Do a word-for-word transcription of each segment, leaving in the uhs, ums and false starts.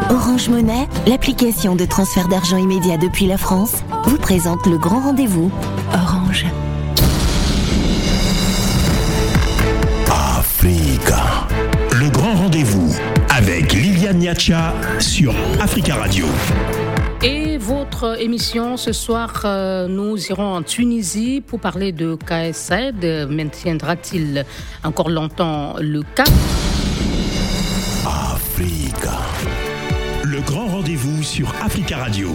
Orange Monnaie, l'application de transfert d'argent immédiat depuis la France, vous présente le grand rendez-vous. Orange. Africa. Le grand rendez-vous avec Liliane Niacha sur Africa Radio. Et votre émission ce soir, euh, nous irons en Tunisie pour parler de Kais Saied. Maintiendra-t-il encore longtemps le cap? Africa. Le grand rendez-vous sur Africa Radio.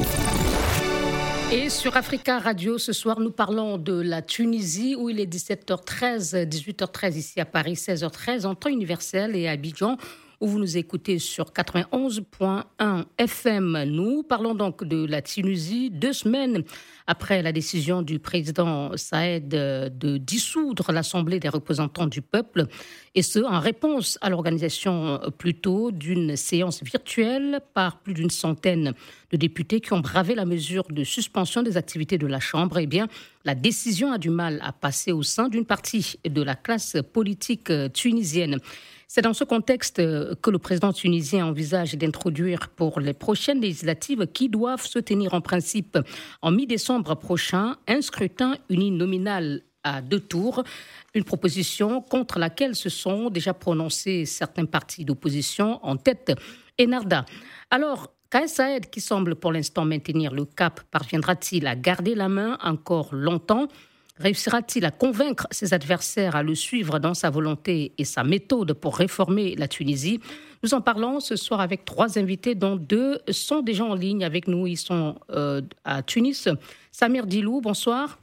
Et sur Africa Radio, ce soir, nous parlons de la Tunisie, où il est dix-sept heures treize, dix-huit heures treize ici à Paris, seize heures treize en temps universel, et à Abidjan, où vous nous écoutez sur quatre-vingt-onze virgule un F M. Nous parlons donc de la Tunisie, deux semaines après la décision du président Saïed de dissoudre l'Assemblée des représentants du peuple, et ce, en réponse à l'organisation plutôt d'une séance virtuelle par plus d'une centaine de députés qui ont bravé la mesure de suspension des activités de la Chambre. Eh bien, la décision a du mal à passer au sein d'une partie de la classe politique tunisienne. C'est dans ce contexte que le président tunisien envisage d'introduire pour les prochaines législatives qui doivent se tenir en principe en mi-décembre prochain un scrutin uninominal à deux tours, une proposition contre laquelle se sont déjà prononcés certains partis d'opposition, en tête Ennahda. Alors, Kais Saied, qui semble pour l'instant maintenir le cap, parviendra-t-il à garder la main encore longtemps ? Réussira-t-il à convaincre ses adversaires à le suivre dans sa volonté et sa méthode pour réformer la Tunisie ? Nous en parlons ce soir avec trois invités, dont deux sont déjà en ligne avec nous. Ils sont euh, à Tunis. Samir Dilou, bonsoir.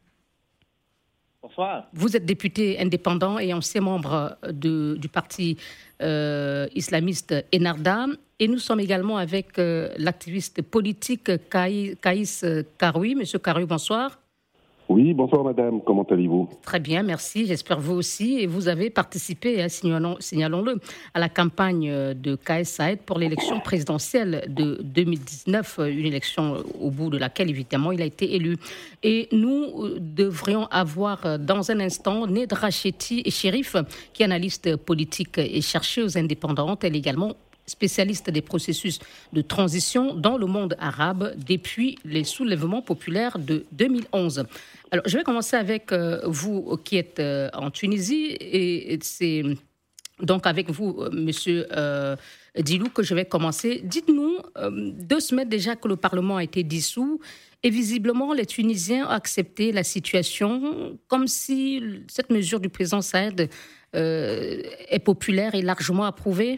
Bonsoir. Vous êtes député indépendant et ancien membre de, du parti euh, islamiste Ennahda. Et nous sommes également avec euh, l'activiste politique Kaïs, Kaïs Karoui. Monsieur Karoui, bonsoir. Oui, bonsoir madame, comment allez-vous ? Très bien, merci, j'espère vous aussi. Et vous avez participé, hein, signalons, signalons-le, à la campagne de Kais Saied pour l'élection présidentielle de deux mille dix-neuf, une élection au bout de laquelle, évidemment, il a été élu. Et nous devrions avoir dans un instant Nedra Chetty et Chérif, qui est analyste politique et chercheuse indépendante, elle également spécialiste des processus de transition dans le monde arabe depuis les soulèvements populaires de deux mille onze. Alors, je vais commencer avec euh, vous qui êtes euh, en Tunisie, et c'est donc avec vous, euh, monsieur euh, Dilou, que je vais commencer. Dites-nous, euh, deux semaines déjà que le Parlement a été dissous, et visiblement les Tunisiens ont accepté la situation comme si cette mesure du président Saïed euh, est populaire et largement approuvée.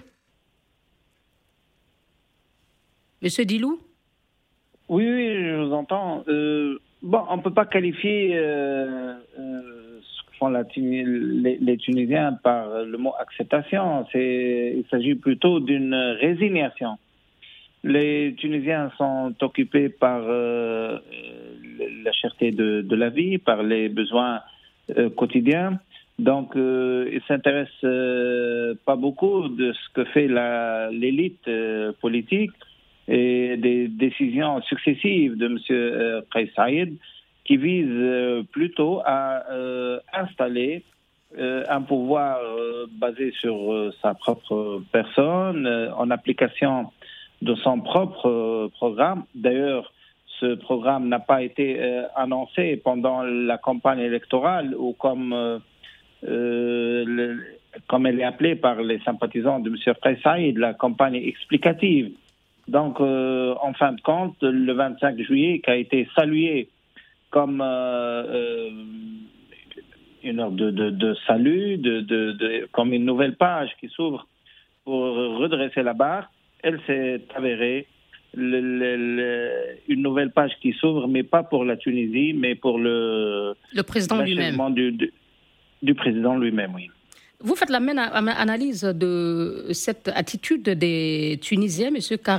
Monsieur Dilou ? Oui, oui, je vous entends. Euh, bon, on ne peut pas qualifier euh, euh, ce que font la, les, les Tunisiens par le mot acceptation. C'est, il s'agit plutôt d'une résignation. Les Tunisiens sont occupés par euh, la cherté de, de la vie, par les besoins euh, quotidiens. Donc, euh, ils ne s'intéressent euh, pas beaucoup de ce que fait la, l'élite euh, politique et des décisions successives de M. Kais Saied qui visent euh, plutôt à euh, installer euh, un pouvoir euh, basé sur euh, sa propre personne, euh, en application de son propre euh, programme. D'ailleurs, ce programme n'a pas été euh, annoncé pendant la campagne électorale ou comme, euh, euh, le, comme elle est appelée par les sympathisants de M. Kais Saied, la campagne explicative. Donc, euh, en fin de compte, le vingt-cinq juillet, qui a été salué comme euh, euh, une heure de, de, de salut, de, de, de, comme une nouvelle page qui s'ouvre pour redresser la barre, elle s'est avérée le, le, le, une nouvelle page qui s'ouvre, mais pas pour la Tunisie, mais pour le, le président lui-même. Du, du, du président lui-même, oui. Vous faites la même analyse de cette attitude des Tunisiens, M. Karoui ?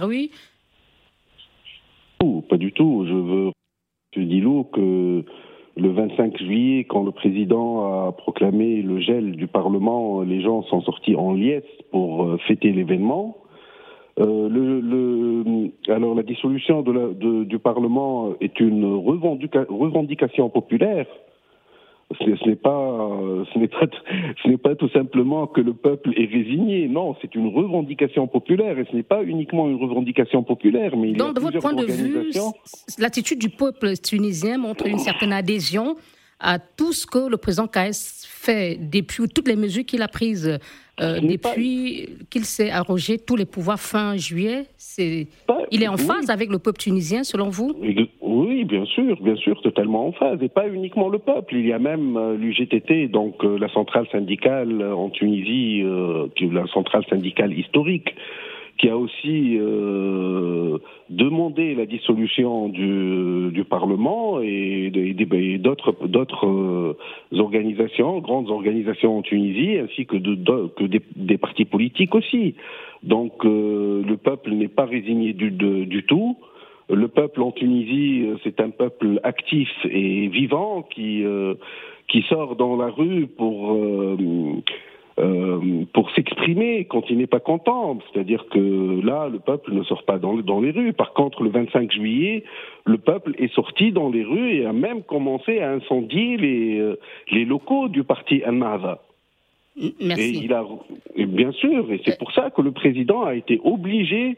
Oh, pas du tout. Je veux, M. Dilou, que le vingt-cinq juillet, quand le président a proclamé le gel du Parlement, les gens sont sortis en liesse pour fêter l'événement. Euh, le, le, alors la dissolution de la, de, du Parlement est une revendica, revendication populaire. Ce n'est, ce n'est pas, ce n'est pas, ce n'est pas tout simplement que le peuple est résigné. Non, c'est une revendication populaire, et ce n'est pas uniquement une revendication populaire, mais il Donc, y a de votre point de vue, l'attitude du peuple tunisien montre une certaine adhésion à tout ce que le président Kaïs fait depuis toutes les mesures qu'il a prises euh, depuis pas... qu'il s'est arrogé tous les pouvoirs fin juillet. C'est... Pas... Il est en phase oui. avec le peuple tunisien, selon vous ? Oui, bien sûr, bien sûr, totalement en phase. Et pas uniquement le peuple. Il y a même euh, l'U G T T, donc euh, la centrale syndicale en Tunisie, euh, qui est la centrale syndicale historique, qui a aussi euh, demandé la dissolution du, du Parlement et, et, et d'autres, d'autres euh, organisations, grandes organisations en Tunisie, ainsi que, de, de, que des, des partis politiques aussi. Donc euh, le peuple n'est pas résigné du, de, du tout. Le peuple en Tunisie, c'est un peuple actif et vivant qui, euh, qui sort dans la rue pour... Euh, Euh, pour s'exprimer quand il n'est pas content. C'est-à-dire que là, le peuple ne sort pas dans, dans les rues. Par contre, le vingt-cinq juillet, le peuple est sorti dans les rues et a même commencé à incendier les, euh, les locaux du parti Ennahda. Merci. Et il a, et bien sûr, et c'est pour ça que le président a été obligé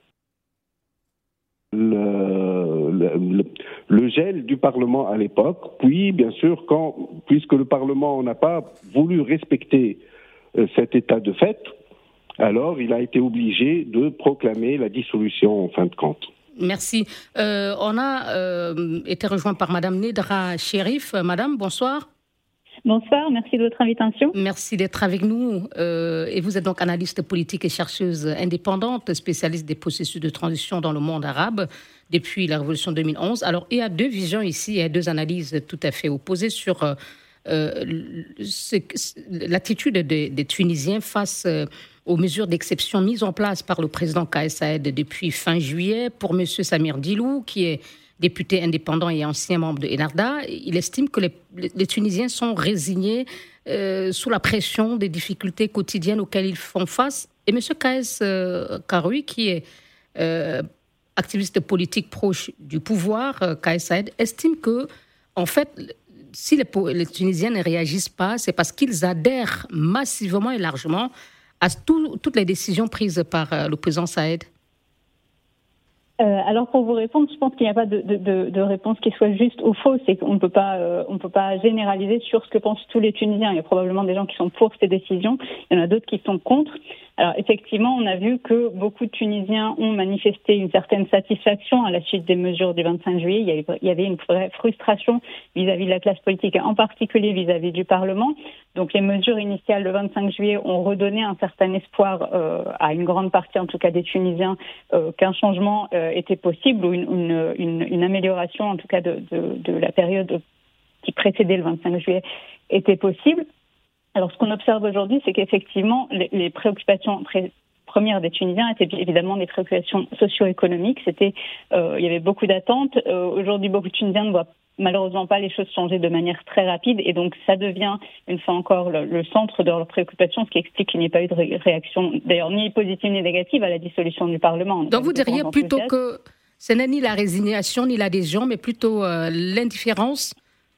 le, le, le gel du Parlement à l'époque. Puis, bien sûr, quand, puisque le Parlement n'a pas voulu respecter cet état de fait, alors il a été obligé de proclamer la dissolution en fin de compte. Merci. Euh, on a euh, été rejoint par Madame Nedra Cherif. Madame, bonsoir. Bonsoir, merci de votre invitation. Merci d'être avec nous. Euh, et vous êtes donc analyste politique et chercheuse indépendante, spécialiste des processus de transition dans le monde arabe depuis la révolution deux mille onze. Alors, il y a deux visions ici, il y a deux analyses tout à fait opposées sur euh, Euh, ce, l'attitude des, des Tunisiens face euh, aux mesures d'exception mises en place par le président Kaïs Saïed depuis fin juillet. Pour M. Samir Dilou, qui est député indépendant et ancien membre de Ennahda, il estime que les, les Tunisiens sont résignés euh, sous la pression des difficultés quotidiennes auxquelles ils font face. Et M. Kaïs euh, Karoui, qui est euh, activiste politique proche du pouvoir, euh, Kaïs Saïed, estime que, en fait, si les, les Tunisiens ne réagissent pas, c'est parce qu'ils adhèrent massivement et largement à tout, toutes les décisions prises par euh, le président Saïed. Euh, alors pour vous répondre, je pense qu'il n'y a pas de, de, de, de réponse qui soit juste ou fausse. C'est qu'on ne peut pas, euh, on peut pas généraliser sur ce que pensent tous les Tunisiens. Il y a probablement des gens qui sont pour ces décisions, il y en a d'autres qui sont contre. Alors effectivement, on a vu que beaucoup de Tunisiens ont manifesté une certaine satisfaction à la suite des mesures du vingt-cinq juillet. Il y avait, il y avait une vraie frustration vis-à-vis de la classe politique, en particulier vis-à-vis du Parlement. Donc les mesures initiales le vingt-cinq juillet ont redonné un certain espoir euh, à une grande partie, en tout cas des Tunisiens, euh, qu'un changement euh, était possible, ou une, une, une, une amélioration, en tout cas de, de, de la période qui précédait le vingt-cinq juillet, était possible. Alors, ce qu'on observe aujourd'hui, c'est qu'effectivement, les, les préoccupations pré- premières des Tunisiens étaient évidemment des préoccupations socio-économiques. C'était, euh, il y avait beaucoup d'attentes. Euh, aujourd'hui, beaucoup de Tunisiens ne voient malheureusement pas les choses changer de manière très rapide, et donc ça devient, une fois encore, le, le centre de leurs préoccupations, ce qui explique qu'il n'y ait pas eu de ré- réaction, d'ailleurs, ni positive ni négative à la dissolution du Parlement. Donc, vous diriez plutôt que ce n'est ni la résignation ni l'adhésion, mais plutôt euh, l'indifférence?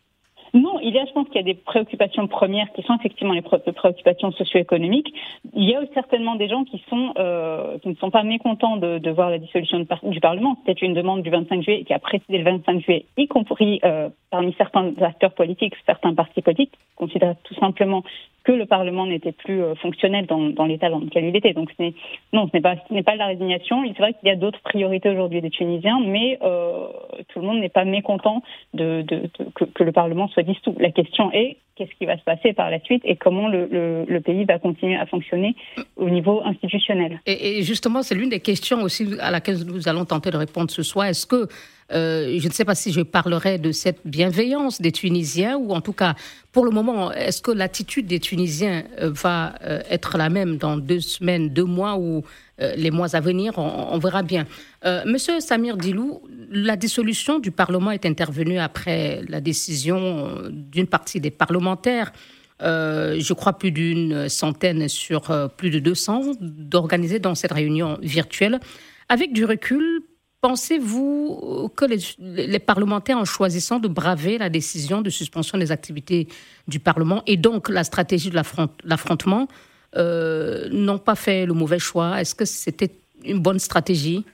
Non, il y a, je pense qu'il y a des préoccupations premières qui sont effectivement les préoccupations socio-économiques. Il y a certainement des gens qui sont euh, qui ne sont pas mécontents de, de voir la dissolution du, par- du Parlement. C'était une demande du vingt-cinq juillet qui a précédé le vingt-cinq juillet, y compris euh, parmi certains acteurs politiques, certains partis politiques, qui considèrent tout simplement que le Parlement n'était plus euh, fonctionnel dans, dans l'état dans lequel il était. Donc ce n'est, non, ce n'est pas, ce n'est pas de la résignation. C'est vrai qu'il y a d'autres priorités aujourd'hui des Tunisiens, mais euh, tout le monde n'est pas mécontent de, de, de, que, que le Parlement soit dissous. La question est, qu'est-ce qui va se passer par la suite et comment le, le, le pays va continuer à fonctionner au niveau institutionnel. Et, et justement, c'est l'une des questions aussi à laquelle nous allons tenter de répondre ce soir. Est-ce que, euh, je ne sais pas si je parlerai de cette bienveillance des Tunisiens, ou en tout cas, pour le moment, est-ce que l'attitude des Tunisiens euh, va euh, être la même dans deux semaines, deux mois ou euh, les mois à venir? On, on verra bien. Euh, Monsieur Samir Dilou, la dissolution du Parlement est intervenue après la décision d'une partie des parlementaires, euh, je crois plus d'une centaine sur euh, plus de deux cents, d'organiser dans cette réunion virtuelle. Avec du recul, pensez-vous que les, les parlementaires, en choisissant de braver la décision de suspension des activités du Parlement et donc la stratégie de l'affront, l'affrontement, euh, n'ont pas fait le mauvais choix? Est-ce que c'était une bonne stratégie?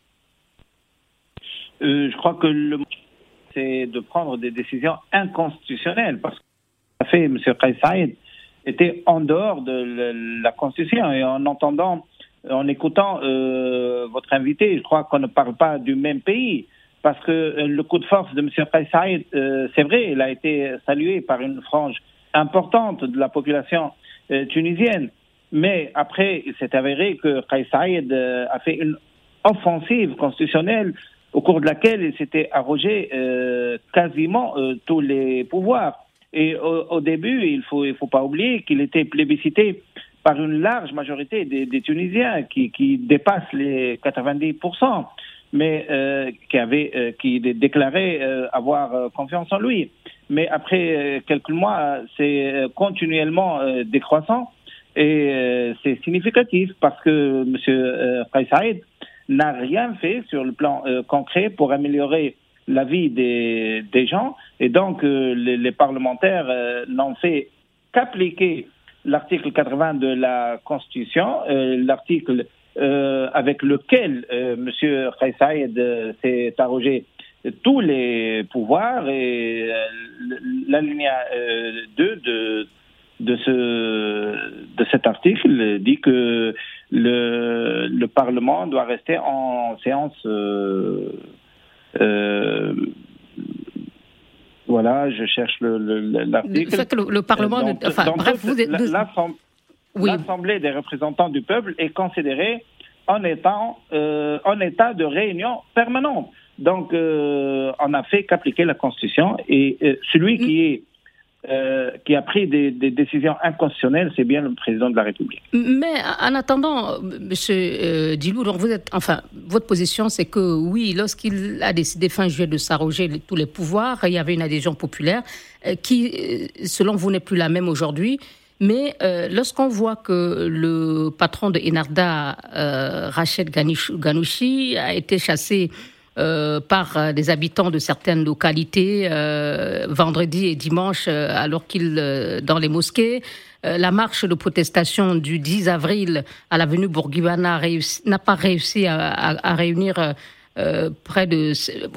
euh, Je crois que le c'est de prendre des décisions inconstitutionnelles, parce que fait M. Kais Saied était en dehors de la Constitution. Et en entendant, en écoutant euh, votre invité, je crois qu'on ne parle pas du même pays, parce que le coup de force de M. Kais Saied, euh, c'est vrai, il a été salué par une frange importante de la population euh, tunisienne. Mais après, il s'est avéré que Kais Saied euh, a fait une offensive constitutionnelle au cours de laquelle il s'était arrogé euh, quasiment euh, tous les pouvoirs. Et au, au début, il faut, il faut pas oublier qu'il était plébiscité par une large majorité des, des Tunisiens qui, qui dépassent les quatre-vingt-dix pour cent, mais euh, qui avaient, euh, qui déclaraient euh, avoir euh, confiance en lui. Mais après euh, quelques mois, c'est euh, continuellement euh, décroissant et euh, c'est significatif parce que M. Euh, Kais Saied n'a rien fait sur le plan euh, concret pour améliorer la vie des, des gens. Et donc, euh, les, les parlementaires euh, n'ont fait qu'appliquer l'article quatre-vingts de la Constitution, euh, l'article euh, avec lequel euh, M. Kais Saied euh, s'est arrogé tous les pouvoirs. Et euh, l'alinéa euh, deux de de ce de cet article dit que le le Parlement doit rester en séance euh, euh, voilà, je cherche le, le, l'article. Le fait que le, le Parlement, euh, enfin, donc, bref, vous êtes, l'Assemblée, oui. l'Assemblée des représentants du peuple est considérée en étant euh, en état de réunion permanente. Donc, euh, on n'a fait qu'appliquer la Constitution et euh, celui qui est Euh, qui a pris des, des décisions inconstitutionnelles, c'est bien le président de la République. Mais en attendant, Monsieur euh, Djilou, donc vous êtes, enfin, votre position, c'est que oui, lorsqu'il a décidé fin juillet de s'arroger les, tous les pouvoirs, il y avait une adhésion populaire euh, qui, selon vous, n'est plus la même aujourd'hui. Mais euh, lorsqu'on voit que le patron de Enarda, euh, Rached Ghannouchi, a été chassé Euh, par euh, des habitants de certaines localités euh, vendredi et dimanche, euh, alors qu'il euh, dans les mosquées, euh, la marche de protestation du dix avril à l'avenue Bourguiba n'a, réussi, n'a pas réussi à, à, à réunir euh, près de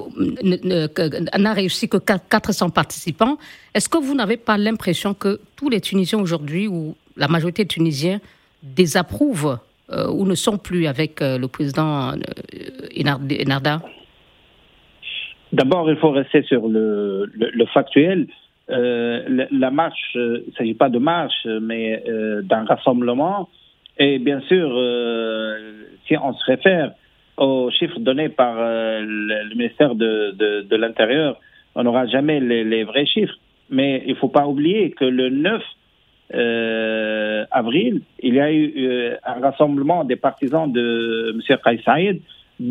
euh, n'a réussi que quatre cents participants. Est-ce que vous n'avez pas l'impression que tous les Tunisiens aujourd'hui, ou la majorité des Tunisiens, désapprouvent euh, ou ne sont plus avec euh, le président euh, Enarda? D'abord, il faut rester sur le, le, le factuel. Euh, la, la marche, euh, il ne s'agit pas de marche, mais euh, d'un rassemblement. Et bien sûr, euh, si on se réfère aux chiffres donnés par euh, le, le ministère de, de, de l'Intérieur, on n'aura jamais les, les vrais chiffres. Mais il ne faut pas oublier que le neuf euh, avril, il y a eu euh, un rassemblement des partisans de M. Kais Saied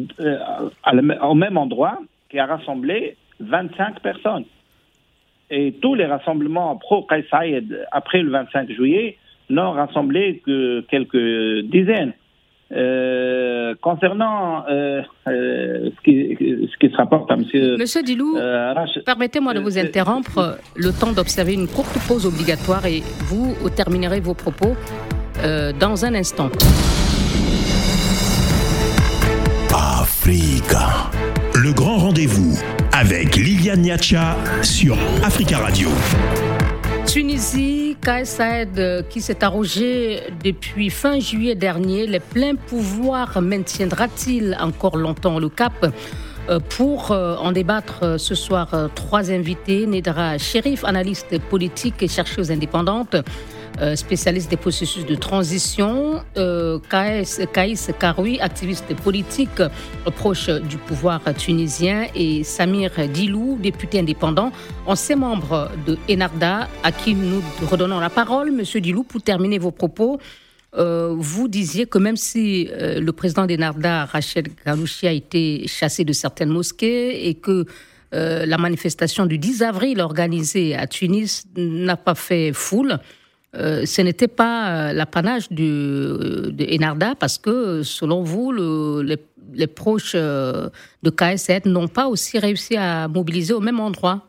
euh, au même endroit, qui a rassemblé vingt-cinq personnes. Et tous les rassemblements pro-Kais Saied après le vingt-cinq juillet n'ont rassemblé que quelques dizaines. Euh, concernant euh, euh, ce, qui, ce qui se rapporte à Monsieur... Monsieur Djilou, euh, Rach- permettez-moi de vous interrompre euh, le temps d'observer une courte pause obligatoire et vous terminerez vos propos euh, dans un instant. Africa. Le grand rendez-vous avec Liliane Niacha sur Africa Radio. Tunisie, Kais Saied qui s'est arrogé depuis fin juillet dernier les pleins pouvoirs maintiendra-t-il encore longtemps le cap? Pour en débattre ce soir, trois invités. Nedra Cherif, analyste politique et chercheuse indépendante, spécialiste des processus de transition, euh, Kaïs, Kaïs Karoui, activiste politique proche du pouvoir tunisien, et Samir Djilou, député indépendant, ancien membre de Enarda, à qui nous redonnons la parole. Monsieur Djilou, pour terminer vos propos, euh, vous disiez que même si euh, le président d'Enarda, Rached Ghannouchi, a été chassé de certaines mosquées et que euh, la manifestation du dix avril organisée à Tunis n'a pas fait foule, Euh, ce n'était pas euh, l'apanage du, de Enarda, parce que, selon vous, le, les, les proches euh, de K S Saïed n'ont pas aussi réussi à mobiliser au même endroit.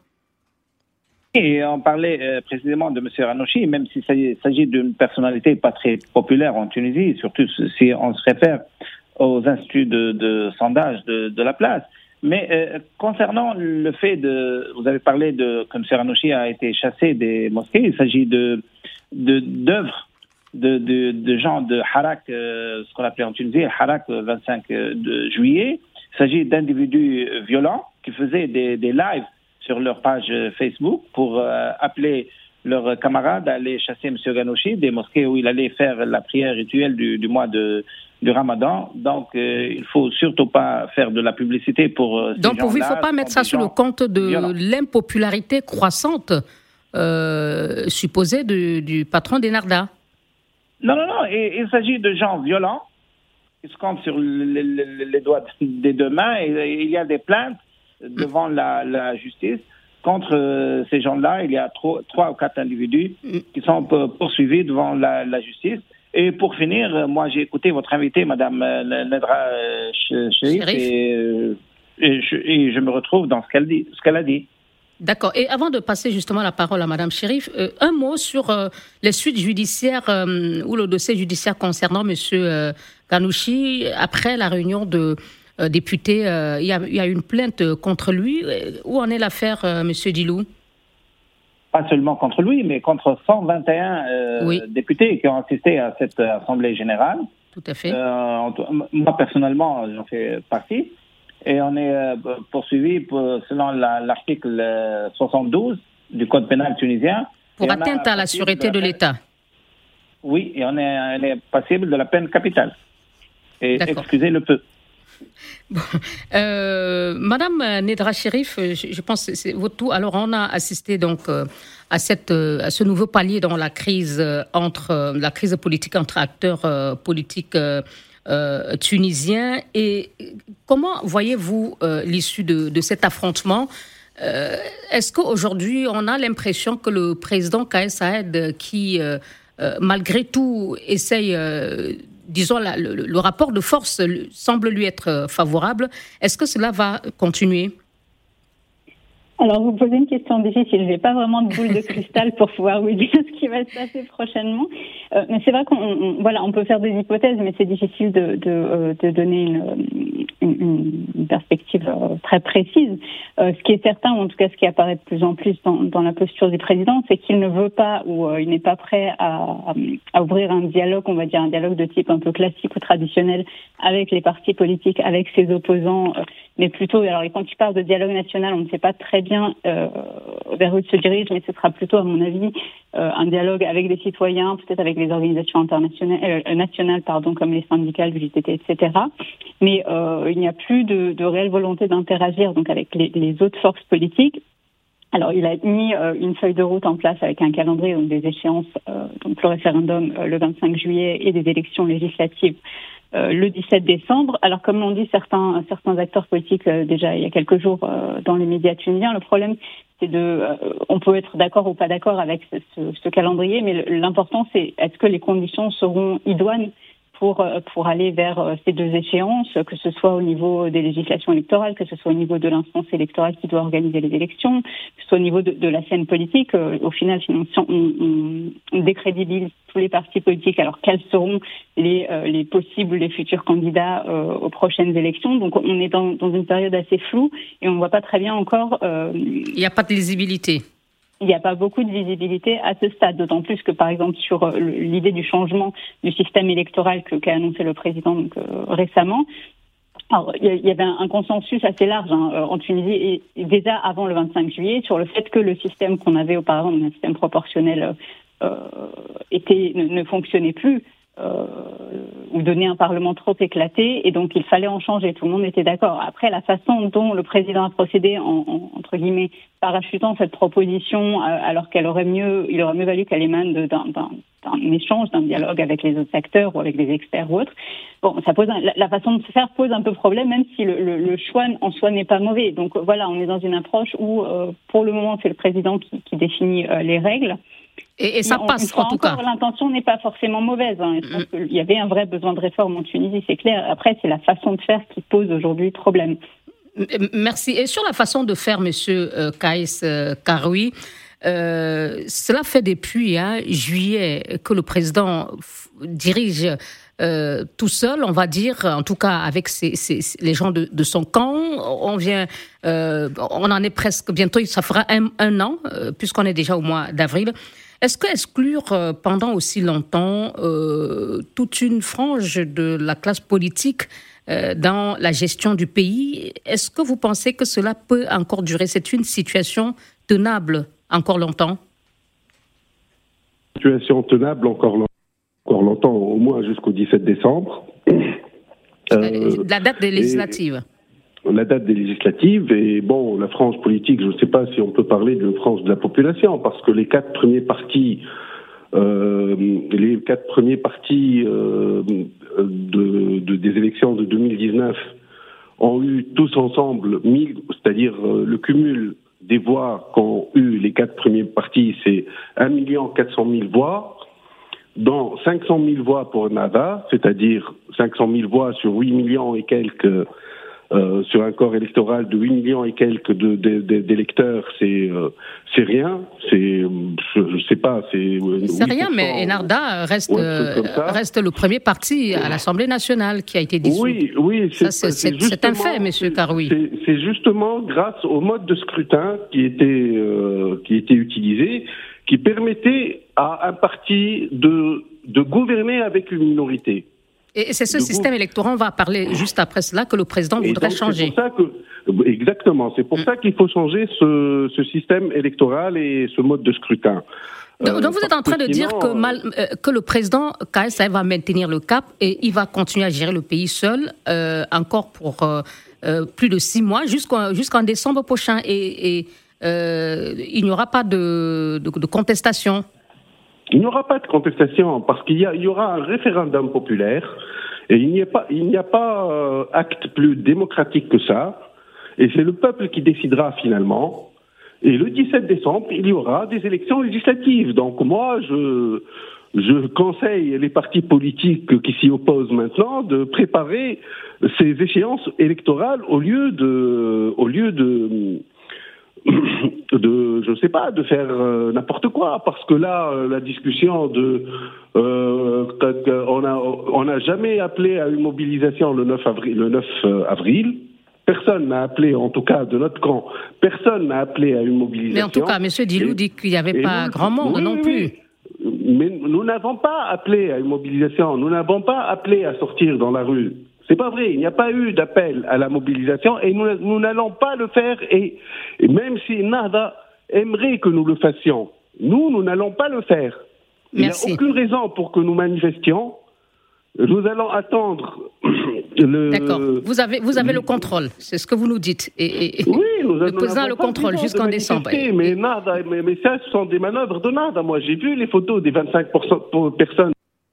Et on parlait euh, précisément de M. Ranouchi, même s'il s'agit d'une personnalité pas très populaire en Tunisie, surtout si on se réfère aux instituts de, de sondage de, de la place. Mais euh, concernant le fait de... Vous avez parlé de que M. Ranouchi a été chassé des mosquées. Il s'agit de, de, d'œuvres de, de, de gens de Harak, euh, ce qu'on appelait en Tunisie, Harak, le vingt-cinq juillet. Il s'agit d'individus violents qui faisaient des, des lives sur leur page Facebook pour euh, appeler leurs camarades à aller chasser M. Ranouchi des mosquées où il allait faire la prière rituelle du, du mois de, du Ramadan. Donc, euh, il ne faut surtout pas faire de la publicité pour euh, ces Donc, pour vous, il ne faut pas Ce mettre sont ça des sur le gens compte de violents. l'impopularité croissante euh, supposée de, du patron d'Enarda. Non, non, non. Il, il s'agit de gens violents qui se comptent sur les, les, les doigts des deux mains. Et il y a des plaintes devant la, la justice contre euh, ces gens-là. Il y a trois, trois ou quatre individus qui sont poursuivis devant la, la justice. Et pour finir, moi j'ai écouté votre invitée, Madame Nedra euh, Chérif, et, euh, et, je, et je me retrouve dans ce qu'elle dit, ce qu'elle a dit. D'accord. Et avant de passer justement la parole à Madame Chérif, euh, un mot sur euh, les suites judiciaires euh, ou le dossier judiciaire concernant Monsieur euh, Ranouchi. Après la réunion de euh, députés, euh, il y a, il y a une plainte contre lui. Où en est l'affaire, euh, Monsieur Djilou? Pas seulement contre lui, mais contre cent vingt et un euh, oui. députés qui ont assisté à cette assemblée générale. Tout à fait. Euh, moi personnellement, j'en fais partie. Et on est euh, poursuivi pour, selon la, l'article soixante-douze du Code pénal tunisien. Pour atteinte à la sûreté de, la de l'État. Oui, et on est, on est passible de la peine capitale. Et D'accord. Excusez le peu. Bon. Euh, Madame Nedra Chérif, je, je pense que c'est votre tour. Alors, on a assisté donc euh, à, cette, euh, à ce nouveau palier dans la crise euh, entre euh, la crise politique entre acteurs euh, politiques euh, euh, tunisiens. Et comment voyez-vous euh, l'issue de, de cet affrontement? euh, Est-ce qu'aujourd'hui, on a l'impression que le président Kais Saïed, qui euh, euh, malgré tout essaye euh, disons, la, le, le rapport de force semble lui être favorable. Est-ce que cela va continuer? Alors, vous posez une question difficile. Je n'ai pas vraiment de boule de cristal pour pouvoir vous dire ce qui va se passer prochainement. Euh, mais c'est vrai qu'on on, voilà, on peut faire des hypothèses, mais c'est difficile de, de, euh, de donner une, une, une perspective euh, très précise. Euh, ce qui est certain, ou en tout cas ce qui apparaît de plus en plus dans, dans la posture du président, c'est qu'il ne veut pas ou euh, il n'est pas prêt à, à ouvrir un dialogue, on va dire un dialogue de type un peu classique ou traditionnel avec les partis politiques, avec ses opposants, euh, mais plutôt, alors quand il parle de dialogue national, on ne sait pas très bien euh, vers où il se dirige, mais ce sera plutôt, à mon avis, euh, un dialogue avec des citoyens, peut-être avec les organisations internationales, euh, nationales, pardon, comme les syndicats, le J T T, et cetera. Mais euh, il n'y a plus de, de réelle volonté d'interagir donc avec les, les autres forces politiques. Alors, il a mis euh, une feuille de route en place avec un calendrier, donc des échéances, euh, donc le référendum euh, le vingt-cinq juillet et des élections législatives euh, le dix-sept décembre. Alors, comme l'ont dit certains certains acteurs politiques euh, déjà il y a quelques jours euh, dans les médias tunisiens, le problème c'est de, euh, on peut être d'accord ou pas d'accord avec ce, ce, ce calendrier, mais l'important c'est est-ce que les conditions seront idoines pour pour aller vers ces deux échéances, que ce soit au niveau des législations électorales, que ce soit au niveau de l'instance électorale qui doit organiser les élections, que ce soit au niveau de, de la scène politique. Au final, si on, on, on décrédibilise tous les partis politiques, alors quels seront les, euh, les possibles, les futurs candidats euh, aux prochaines élections? Donc on est dans, dans une période assez floue et on ne voit pas très bien encore... Euh, Il n'y a pas de lisibilité. Il n'y a pas beaucoup de visibilité à ce stade, d'autant plus que, par exemple, sur l'idée du changement du système électoral que, qu'a annoncé le président donc, euh, récemment, alors, il y avait un consensus assez large hein, en Tunisie, et, et déjà avant le vingt-cinq juillet, sur le fait que le système qu'on avait auparavant, un système proportionnel, euh, était, ne, ne fonctionnait plus. Euh, ou donner un Parlement trop éclaté, et donc il fallait en changer. Tout le monde était d'accord. Après, la façon dont le président a procédé, en, en, entre guillemets, parachutant cette proposition, euh, alors qu'elle aurait mieux, il aurait mieux valu qu'elle émane de, d'un, d'un, d'un échange, d'un dialogue avec les autres acteurs ou avec des experts ou autres. Bon, ça pose un, la, la façon de se faire pose un peu problème, même si le, le, le choix en soi n'est pas mauvais. Donc voilà, on est dans une approche où, euh, pour le moment, c'est le président qui, qui définit euh, les règles. Et, et ça on, passe, en tout encore, cas. L'intention n'est pas forcément mauvaise. Hein. Je pense mmh. qu'il y avait un vrai besoin de réforme en Tunisie, c'est clair. Après, c'est la façon de faire qui pose aujourd'hui problème. Merci. Et sur la façon de faire, Monsieur euh, Kaïs euh, Karoui, euh, cela fait depuis hein, juillet que le président f- dirige euh, tout seul, on va dire, en tout cas avec ses, ses, les gens de, de son camp. On vient, euh, on en est presque bientôt, ça fera un, un an, euh, puisqu'on est déjà au mois d'avril. Est-ce que exclure euh, pendant aussi longtemps euh, toute une frange de la classe politique euh, dans la gestion du pays, est-ce que vous pensez que cela peut encore durer? C'est une situation tenable encore longtemps? Situation tenable encore, encore longtemps, au moins jusqu'au dix-sept décembre. Euh, la date des législatives. La date des législatives, et bon, la frange politique, je ne sais pas si on peut parler d'une frange de la population, parce que les quatre premiers partis, euh, les quatre premiers partis euh, de, de, des élections de deux mille dix-neuf ont eu tous ensemble, mille, c'est-à-dire euh, le cumul des voix qu'ont eu les quatre premiers partis, c'est un million quatre cent mille voix, dont cinq cent mille voix pour Ennahda, c'est-à-dire cinq cent mille voix sur huit millions et quelques. Euh, sur un corps électoral de huit millions et quelques de, de, de, d'électeurs, c'est, euh, c'est rien. C'est, je, je sais pas, c'est. C'est rien, mais Ennahda reste, euh, reste le premier parti à l'Assemblée nationale qui a été dissous. Oui, oui, c'est, Ça, c'est, c'est, c'est un fait, Monsieur Karoui. C'est, c'est justement grâce au mode de scrutin qui était, euh, qui était utilisé, qui permettait à un parti de, de gouverner avec une minorité. Et c'est ce système électoral, on va parler juste après cela, que le président voudrait donc, changer. C'est pour ça que, exactement, c'est pour mmh. ça qu'il faut changer ce, ce système électoral et ce mode de scrutin. Donc, euh, donc vous êtes en train de sinon, dire que, mal, euh, que le président Kaïs Saïed va maintenir le cap et il va continuer à gérer le pays seul, euh, encore pour euh, euh, plus de six mois, jusqu'en, jusqu'en décembre prochain. Et, et euh, il n'y aura pas de, de, de contestation. Il n'y aura pas de contestation parce qu'il y, a, il y aura un référendum populaire et il n'y a pas, il n'y a pas euh, acte plus démocratique que ça. Et c'est le peuple qui décidera finalement. Et le dix-sept décembre, il y aura des élections législatives. Donc moi, je, je conseille les partis politiques qui s'y opposent maintenant de préparer ces échéances électorales au lieu de, au lieu de de, je ne sais pas, de faire euh, n'importe quoi, parce que là, euh, la discussion de, euh, on a, on n'a jamais appelé à une mobilisation le neuf avril, le neuf avril. Personne n'a appelé, en tout cas de notre camp, personne n'a appelé à une mobilisation. Mais en tout cas, M. Dilou et, dit qu'il n'y avait pas nous, grand monde oui, non plus. Oui. Mais nous n'avons pas appelé à une mobilisation, nous n'avons pas appelé à sortir dans la rue. C'est pas vrai, il n'y a pas eu d'appel à la mobilisation et nous, nous n'allons pas le faire et, et même si Ennahda aimerait que nous le fassions, nous, nous n'allons pas le faire. Merci. Il n'y a aucune raison pour que nous manifestions. Nous allons attendre le... D'accord, vous avez, vous avez le contrôle, c'est ce que vous nous dites. Et, et, oui, nous, le président a le contrôle jusqu'en de décembre. Mais, Ennahda, mais, mais ça, ce sont des manœuvres de Ennahda. Moi, j'ai vu les photos des vingt-cinq pour cent de personnes.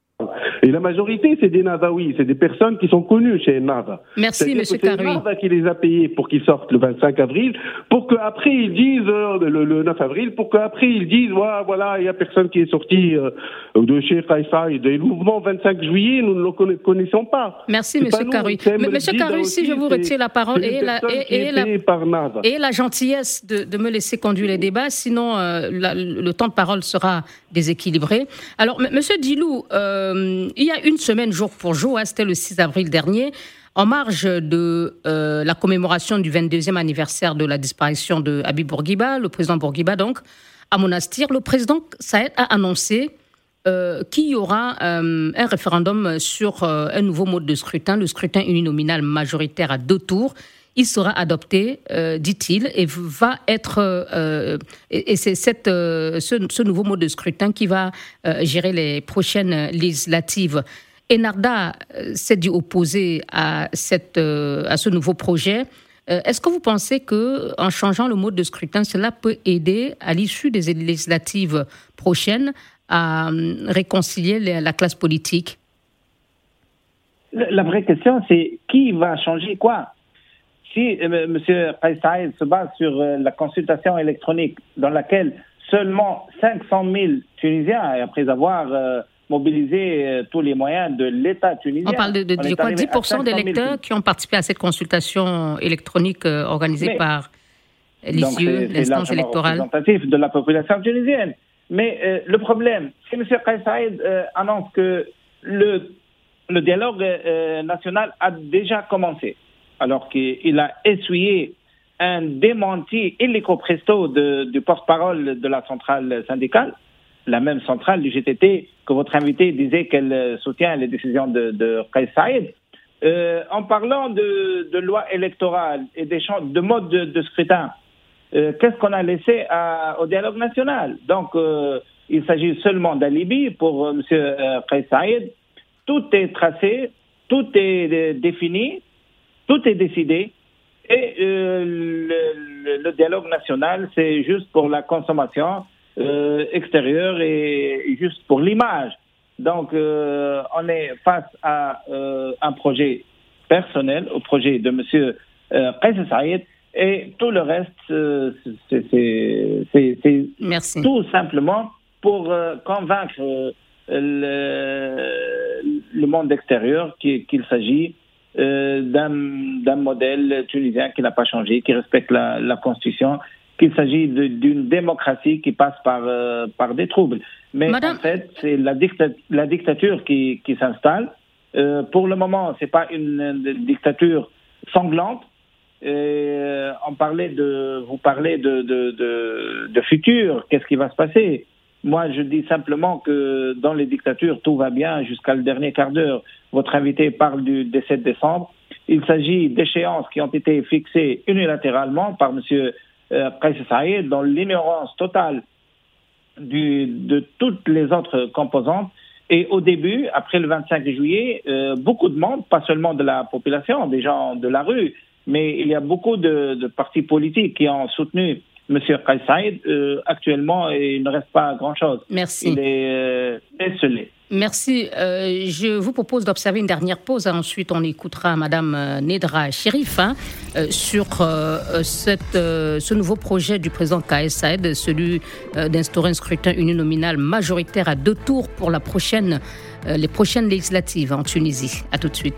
Et la majorité, c'est des Nahdaouis, c'est des personnes qui sont connues chez Ennahda. Merci, M. Karoui. C'est Ennahda qui les a payés pour qu'ils sortent le vingt-cinq avril, pour qu'après ils disent, euh, le, le neuf avril, pour qu'après ils disent, ouais, voilà, il n'y a personne qui est sorti euh, de chez Kaïs Saïed. Et le mouvement vingt-cinq juillet, nous ne le connaissons pas. Merci, M. Karoui. M. Karoui, si je vous retire la parole et la, et, et, la, et la gentillesse de, de me laisser conduire les débats, sinon euh, la, le temps de parole sera déséquilibré. Alors, M. Dilou, euh, il y a une semaine, jour pour jour, hein, c'était le six avril dernier, en marge de euh, la commémoration du vingt-deuxième anniversaire de la disparition de Habib Bourguiba, le président Bourguiba donc, à Monastir, le président Saïed a annoncé euh, qu'il y aura euh, un référendum sur euh, un nouveau mode de scrutin, le scrutin uninominal majoritaire à deux tours. Il sera adopté, euh, dit-il, et va être euh, et, et c'est cette, euh, ce, ce nouveau mode de scrutin qui va euh, gérer les prochaines législatives. Ennahda euh, s'est dit opposé à cette euh, à ce nouveau projet. Euh, est-ce que vous pensez que, en changeant le mode de scrutin, cela peut aider à l'issue des législatives prochaines à euh, réconcilier les, la classe politique? La, la vraie question, c'est qui va changer quoi? Si euh, M. Kaïs Saïed se base sur euh, la consultation électronique dans laquelle seulement cinq cent mille Tunisiens, et après avoir euh, mobilisé euh, tous les moyens de l'État tunisien. On parle de, de, de quoi, dix pour cent d'électeurs qui ont participé à cette consultation électronique euh, organisée Mais, par l'I C I E, l'instance électorale. C'est représentatif de la population tunisienne. Mais euh, le problème, c'est que M. Kais Saïed euh, annonce que le, le dialogue euh, national a déjà commencé, alors qu'il a essuyé un démenti illico presto de, du porte-parole de la centrale syndicale, la même centrale du G T T que votre invité disait qu'elle soutient les décisions de, de Kais Saïed. Euh, en parlant de, de loi électorale et des champs, de mode de, de scrutin, euh, qu'est-ce qu'on a laissé à, au dialogue national? Donc, euh, il s'agit seulement d'alibi pour euh, M. Euh, Kais Saïed. Tout est tracé, tout est euh, défini, tout est décidé. Et euh, le, le dialogue national, c'est juste pour la consommation euh, extérieure et juste pour l'image. Donc, euh, on est face à euh, un projet personnel, au projet de M. Euh, Kais Saïed, et tout le reste, euh, c'est, c'est, c'est, c'est tout simplement pour euh, convaincre euh, le, le monde extérieur qu'il, qu'il s'agit Euh, d'un, d'un modèle tunisien qui n'a pas changé, qui respecte la, la Constitution, qu'il s'agit de, d'une démocratie qui passe par, euh, par des troubles. Mais Madame... en fait, c'est la, dicta- la dictature qui, qui s'installe. Euh, pour le moment, ce n'est pas une, une dictature sanglante. Euh, on parlait de, vous parlez de, de, de, de futur, qu'est-ce qui va se passer? Moi, je dis simplement que dans les dictatures, tout va bien jusqu'à le dernier quart d'heure. Votre invité parle du sept décembre. Il s'agit d'échéances qui ont été fixées unilatéralement par M. Euh, Kais Saïed dans l'ignorance totale du, de toutes les autres composantes. Et au début, après le vingt-cinq juillet, euh, beaucoup de monde, pas seulement de la population, des gens de la rue, mais il y a beaucoup de, de partis politiques qui ont soutenu M. Kais Saïed. Euh, actuellement, il ne reste pas grand-chose. Merci. Il est euh, esselé. Merci. Euh, je vous propose d'observer une dernière pause. Ensuite, on écoutera Mme Nedra Cherif hein, euh, sur euh, cette, euh, ce nouveau projet du président Kais Saïed, celui euh, d'instaurer un scrutin uninominal majoritaire à deux tours pour la prochaine, euh, les prochaines législatives en Tunisie. À tout de suite.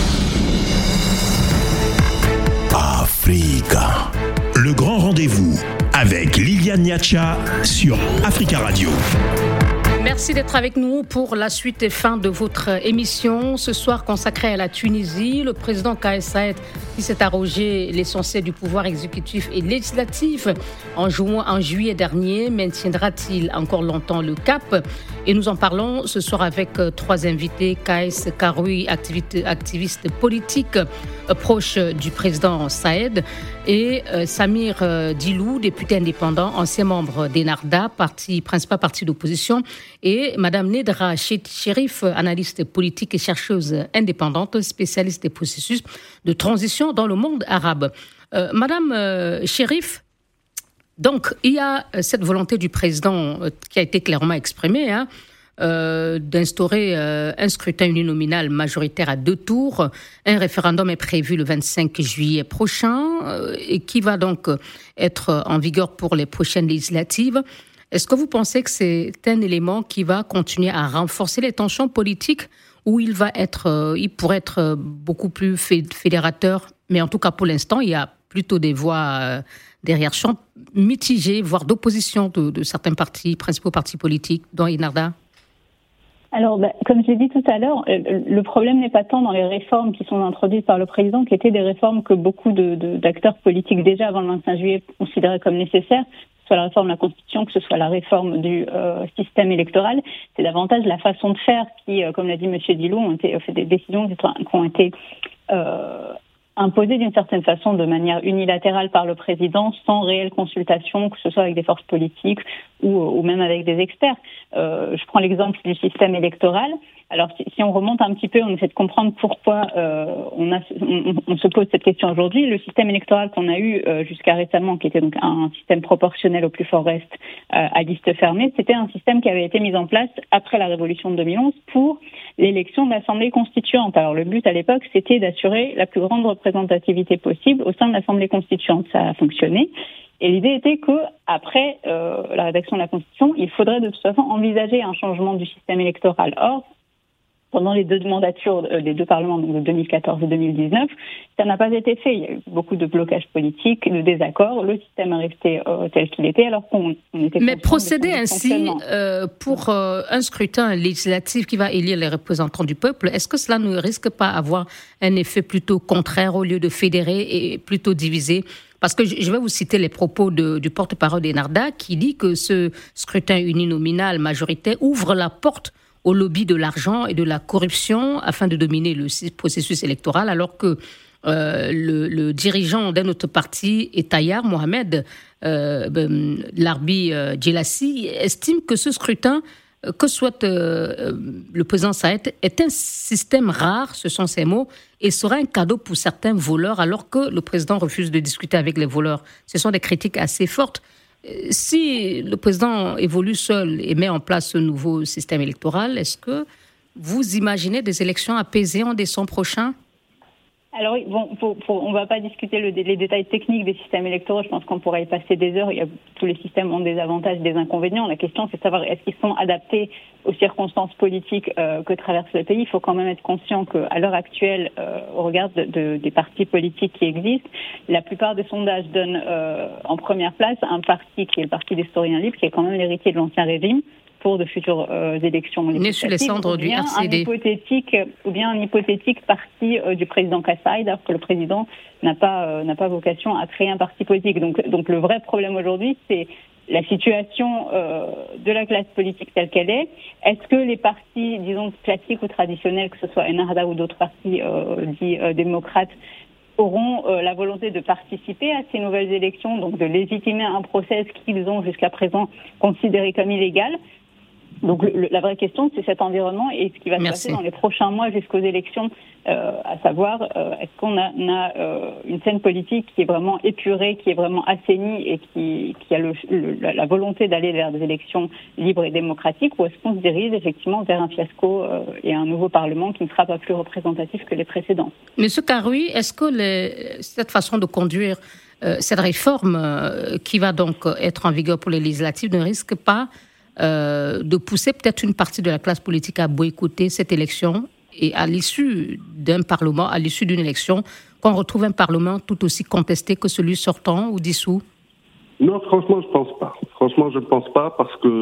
Africa. Le grand rendez-vous avec Liliane Niacha sur Africa Radio. Merci d'être avec nous pour la suite et fin de votre émission. Ce soir consacrée à la Tunisie, le président Kais Saïed qui s'est arrogé l'essentiel du pouvoir exécutif et législatif en, juin, en juillet dernier. Maintiendra-t-il encore longtemps le cap? Et nous en parlons ce soir avec trois invités. Kaïs Karoui, activiste, activiste politique euh, proche du président Saïed, et euh, Samir euh, Dilou, député indépendant, ancien membre d'Enarda, parti, principal parti d'opposition, et Mme Nedra Cherif, analyste politique et chercheuse indépendante, spécialiste des processus de transition dans le monde arabe. Euh, Madame euh, Cherif, donc il y a cette volonté du président euh, qui a été clairement exprimée, hein, euh, d'instaurer euh, un scrutin uninominal majoritaire à deux tours. Un référendum est prévu le vingt-cinq juillet prochain euh, et qui va donc être en vigueur pour les prochaines législatives. Est-ce que vous pensez que c'est un élément qui va continuer à renforcer les tensions politiques, ou il va être, euh, il pourrait être beaucoup plus fédérateur? Mais en tout cas, pour l'instant, il y a plutôt des voix euh, derrière champ mitigées, voire d'opposition de, de certains partis, principaux partis politiques, dont Enarda. Alors, bah, comme je l'ai dit tout à l'heure, le problème n'est pas tant dans les réformes qui sont introduites par le président, qui étaient des réformes que beaucoup de, de, d'acteurs politiques déjà avant le vingt-cinq juillet considéraient comme nécessaires, que ce soit la réforme de la Constitution, que ce soit la réforme du euh, système électoral. C'est davantage la façon de faire qui, euh, comme l'a dit M. Dilou, ont été, fait des décisions qui ont été euh, imposées d'une certaine façon de manière unilatérale par le président, sans réelle consultation, que ce soit avec des forces politiques ou, ou même avec des experts. Euh, je prends l'exemple du système électoral. Alors, si, si on remonte un petit peu, on essaie de comprendre pourquoi euh, on, a, on, on se pose cette question aujourd'hui. Le système électoral qu'on a eu euh, jusqu'à récemment, qui était donc un système proportionnel au plus fort reste euh, à liste fermée, c'était un système qui avait été mis en place après la Révolution de deux mille onze pour l'élection de l'Assemblée constituante. Alors, le but à l'époque, c'était d'assurer la plus grande représentativité possible au sein de l'Assemblée constituante. Ça a fonctionné. Et l'idée était qu'après euh, la rédaction de la Constitution, il faudrait de toute façon envisager un changement du système électoral. Or, pendant les deux mandatures des deux parlements, donc de deux mille quatorze et deux mille dix-neuf, ça n'a pas été fait. Il y a eu beaucoup de blocages politiques, de désaccords. Le système est resté euh, tel qu'il était, alors qu'on on était... Mais procéder ainsi euh, pour euh, un scrutin législatif qui va élire les représentants du peuple, est-ce que cela ne risque pas d'avoir un effet plutôt contraire au lieu de fédérer et plutôt diviser ? Parce que je vais vous citer les propos de, du porte-parole d'Enarda qui dit que ce scrutin uninominal majoritaire ouvre la porte au lobby de l'argent et de la corruption afin de dominer le processus électoral, alors que euh, le, le dirigeant d'un autre parti, Tayyar Mohamed euh, ben, Larbi euh, Djelassi, estime que ce scrutin, euh, que soit euh, le président Saïed, est un système rare, ce sont ses mots, et sera un cadeau pour certains voleurs, alors que le président refuse de discuter avec les voleurs. Ce sont des critiques assez fortes. Si le président évolue seul et met en place ce nouveau système électoral, est-ce que vous imaginez des élections apaisées en décembre prochain ? Alors oui, bon, pour, pour, on ne va pas discuter le, les détails techniques des systèmes électoraux. Je pense qu'on pourrait y passer des heures. Il y a, tous les systèmes ont des avantages, des inconvénients. La question, c'est de savoir est-ce qu'ils sont adaptés aux circonstances politiques euh, que traverse le pays. Il faut quand même être conscient qu'à l'heure actuelle, euh, au regard de, de, des partis politiques qui existent, la plupart des sondages donnent euh, en première place un parti qui est le Parti des Citoyens Libres, qui est quand même l'héritier de l'ancien régime, pour de futures euh, élections né sur les cendres du R C D. Un hypothétique, ou bien un hypothétique parti euh, du président Kasaï, alors que le président n'a pas, euh, n'a pas vocation à créer un parti politique. Donc, donc le vrai problème aujourd'hui, c'est la situation euh, de la classe politique telle qu'elle est. Est-ce que les partis, disons, classiques ou traditionnels, que ce soit Ennahda ou d'autres partis euh, dits euh, démocrates, auront euh, la volonté de participer à ces nouvelles élections, donc de légitimer un process qu'ils ont jusqu'à présent considéré comme illégal? Donc le, la vraie question, c'est cet environnement et ce qui va se Merci. passer dans les prochains mois jusqu'aux élections, euh, à savoir, euh, est-ce qu'on a, on a euh, une scène politique qui est vraiment épurée, qui est vraiment assainie et qui, qui a le, le, la volonté d'aller vers des élections libres et démocratiques, ou est-ce qu'on se dirige effectivement vers un fiasco euh, et un nouveau Parlement qui ne sera pas plus représentatif que les précédents? Monsieur Karoui, est-ce que les, cette façon de conduire euh, cette réforme euh, qui va donc être en vigueur pour les législatives ne risque pas Euh, de pousser peut-être une partie de la classe politique à boycotter cette élection et à l'issue d'un parlement, à l'issue d'une élection, qu'on retrouve un parlement tout aussi contesté que celui sortant ou dissous? Non, franchement, je ne pense pas. Franchement, je ne pense pas parce que,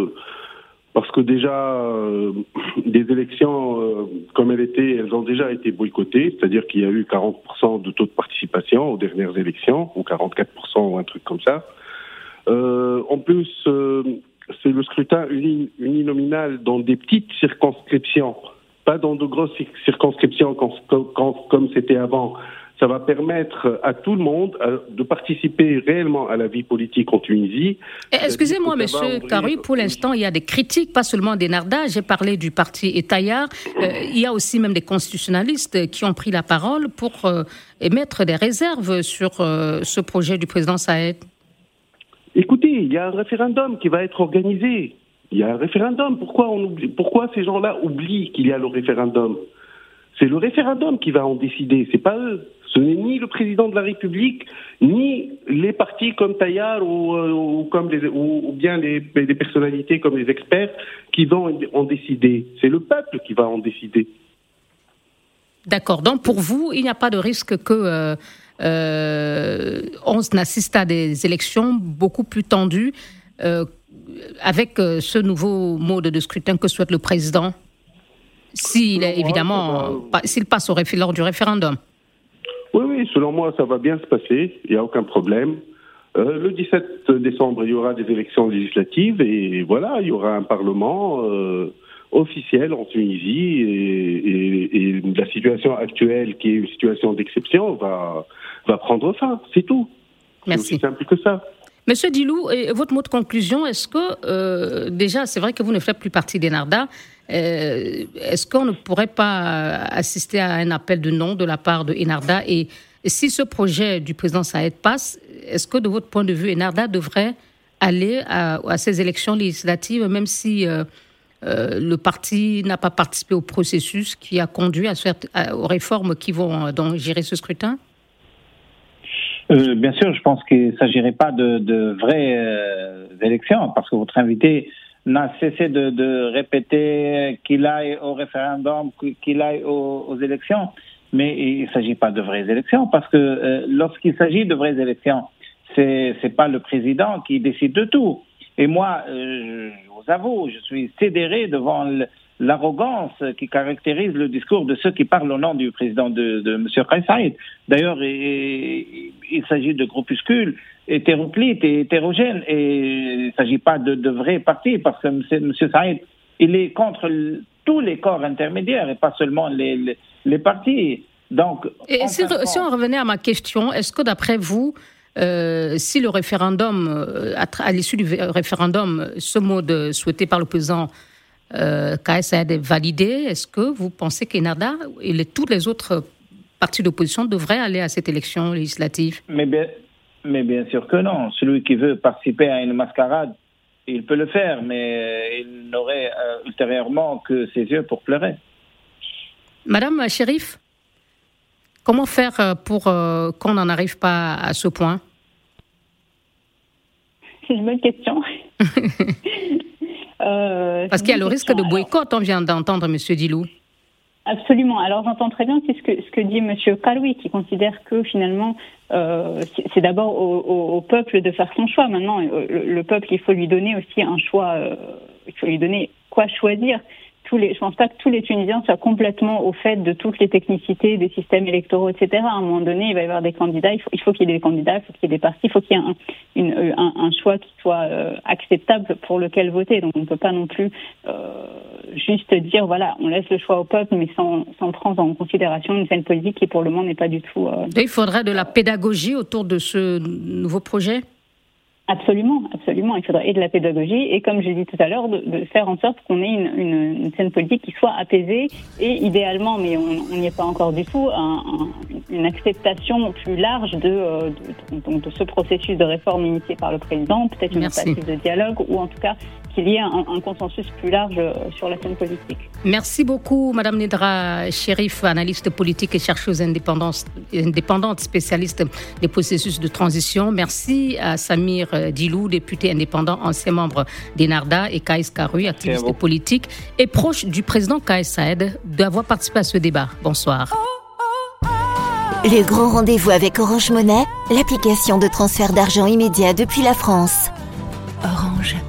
parce que déjà, euh, des élections euh, comme elles étaient, elles ont déjà été boycottées, c'est-à-dire qu'il y a eu quarante pour cent de taux de participation aux dernières élections, ou quarante-quatre pour cent ou un truc comme ça. Euh, en plus... Euh, c'est le scrutin uni, uninominal dans des petites circonscriptions, pas dans de grosses circonscriptions comme, comme, comme c'était avant. Ça va permettre à tout le monde de participer réellement à la vie politique en Tunisie. Excusez-moi, monsieur Karoui, pour l'instant, il y a des critiques, pas seulement d'Enarda. J'ai parlé du parti Tayyar. Euh, il y a aussi même des constitutionnalistes qui ont pris la parole pour euh, émettre des réserves sur euh, ce projet du président Saïed. Écoutez, il y a un référendum qui va être organisé. Il y a un référendum. Pourquoi, on oublie, pourquoi ces gens-là oublient qu'il y a le référendum? C'est le référendum qui va en décider, c'est pas eux. Ce n'est ni le président de la République, ni les partis comme Tayyar ou, ou, comme les, ou, ou bien les, les personnalités comme les experts qui vont en décider. C'est le peuple qui va en décider. D'accord. Donc pour vous, il n'y a pas de risque que... Euh... Euh, on assiste à des élections beaucoup plus tendues euh, avec euh, ce nouveau mode de scrutin que souhaite le président, s'il est évidemment pas, s'il passe au réfé- lors du référendum. Oui, oui, selon moi, ça va bien se passer, il n'y a aucun problème. Euh, le dix-sept décembre, il y aura des élections législatives et voilà, il y aura un parlement euh, officiel en Tunisie et, et, et la situation actuelle, qui est une situation d'exception, va... va prendre fin, c'est tout. Merci. C'est aussi simple que ça. Monsieur Dilou, et votre mot de conclusion, est-ce que, euh, déjà, c'est vrai que vous ne faites plus partie d'Enarda, Euh, est-ce qu'on ne pourrait pas assister à un appel de non de la part de Enarda? Et si ce projet du président Saïed passe, est-ce que de votre point de vue, Enarda devrait aller à, à ces élections législatives, même si euh, euh, le parti n'a pas participé au processus qui a conduit à faire, à, aux réformes qui vont donc gérer ce scrutin? Euh, bien sûr, je pense qu'il ne s'agirait pas de, de vraies euh, élections, parce que votre invité n'a cessé de, de répéter qu'il aille au référendum, qu'il aille aux, aux élections, mais il ne s'agit pas de vraies élections, parce que euh, lorsqu'il s'agit de vraies élections, c'est c'est pas le président qui décide de tout. Et moi, euh, je vous avoue, je suis sidéré devant le, l'arrogance qui caractérise le discours de ceux qui parlent au nom du président de, de M. Kais Saied. D'ailleurs, il, il s'agit de groupuscules hétéroclites et hétérogènes, et il ne s'agit pas de, de vrais partis, parce que M. M. Saied, il est contre le, tous les corps intermédiaires et pas seulement les, les, les partis. Donc, et si, si on revenait à ma question, est-ce que d'après vous, Euh, si le référendum, euh, à, à l'issue du référendum, ce mode souhaité par le président euh, Kais Saied est validé, est-ce que vous pensez qu'Enarda et les, tous les autres partis d'opposition devraient aller à cette élection législative? Mais bien, mais bien sûr que non. Celui qui veut participer à une mascarade, il peut le faire, mais il n'aurait euh, ultérieurement que ses yeux pour pleurer. Madame Cherif, comment faire pour euh, qu'on n'en arrive pas à ce point? C'est une bonne question. euh, Parce qu'il y a le risque de boycott, on vient d'entendre M. Dilou. Absolument. Alors j'entends très bien c'est ce que, ce que dit M. Kaloui, qui considère que finalement euh, c'est, c'est d'abord au, au, au peuple de faire son choix. Maintenant, le, le peuple, il faut lui donner aussi un choix, euh, il faut lui donner quoi choisir. Tous les, je pense pas que tous les Tunisiens soient complètement au fait de toutes les technicités des systèmes électoraux, et cetera. À un moment donné, il va y avoir des candidats, il faut, il faut qu'il y ait des candidats, il faut qu'il y ait des partis, il faut qu'il y ait un, une, un, un choix qui soit euh, acceptable pour lequel voter. Donc on ne peut pas non plus euh, juste dire, voilà, on laisse le choix au peuple, mais sans, sans prendre en considération une scène politique qui pour le moment n'est pas du tout... Euh, il faudrait de la pédagogie autour de ce nouveau projet? Absolument, absolument. Il faudrait et de la pédagogie et, comme j'ai dit tout à l'heure, de, de faire en sorte qu'on ait une, une, une scène politique qui soit apaisée et idéalement, mais on n'y est pas encore du tout, un, un, une acceptation plus large de, de, de, de ce processus de réforme initié par le président, peut-être une tentative de dialogue ou en tout cas qu'il y ait un, un consensus plus large sur la scène politique. Merci beaucoup, Madame Nedra Cherif, analyste politique et chercheuse indépendante, indépendante spécialiste des processus de transition. Merci à Samir Dilou, député indépendant, ancien membre d'Enarda, et Kais Karoui, activiste politique et proche du président Kais Saied, d'avoir participé à ce débat. Bonsoir. Le grand rendez-vous avec Orange Money, l'application de transfert d'argent immédiat depuis la France. Orange.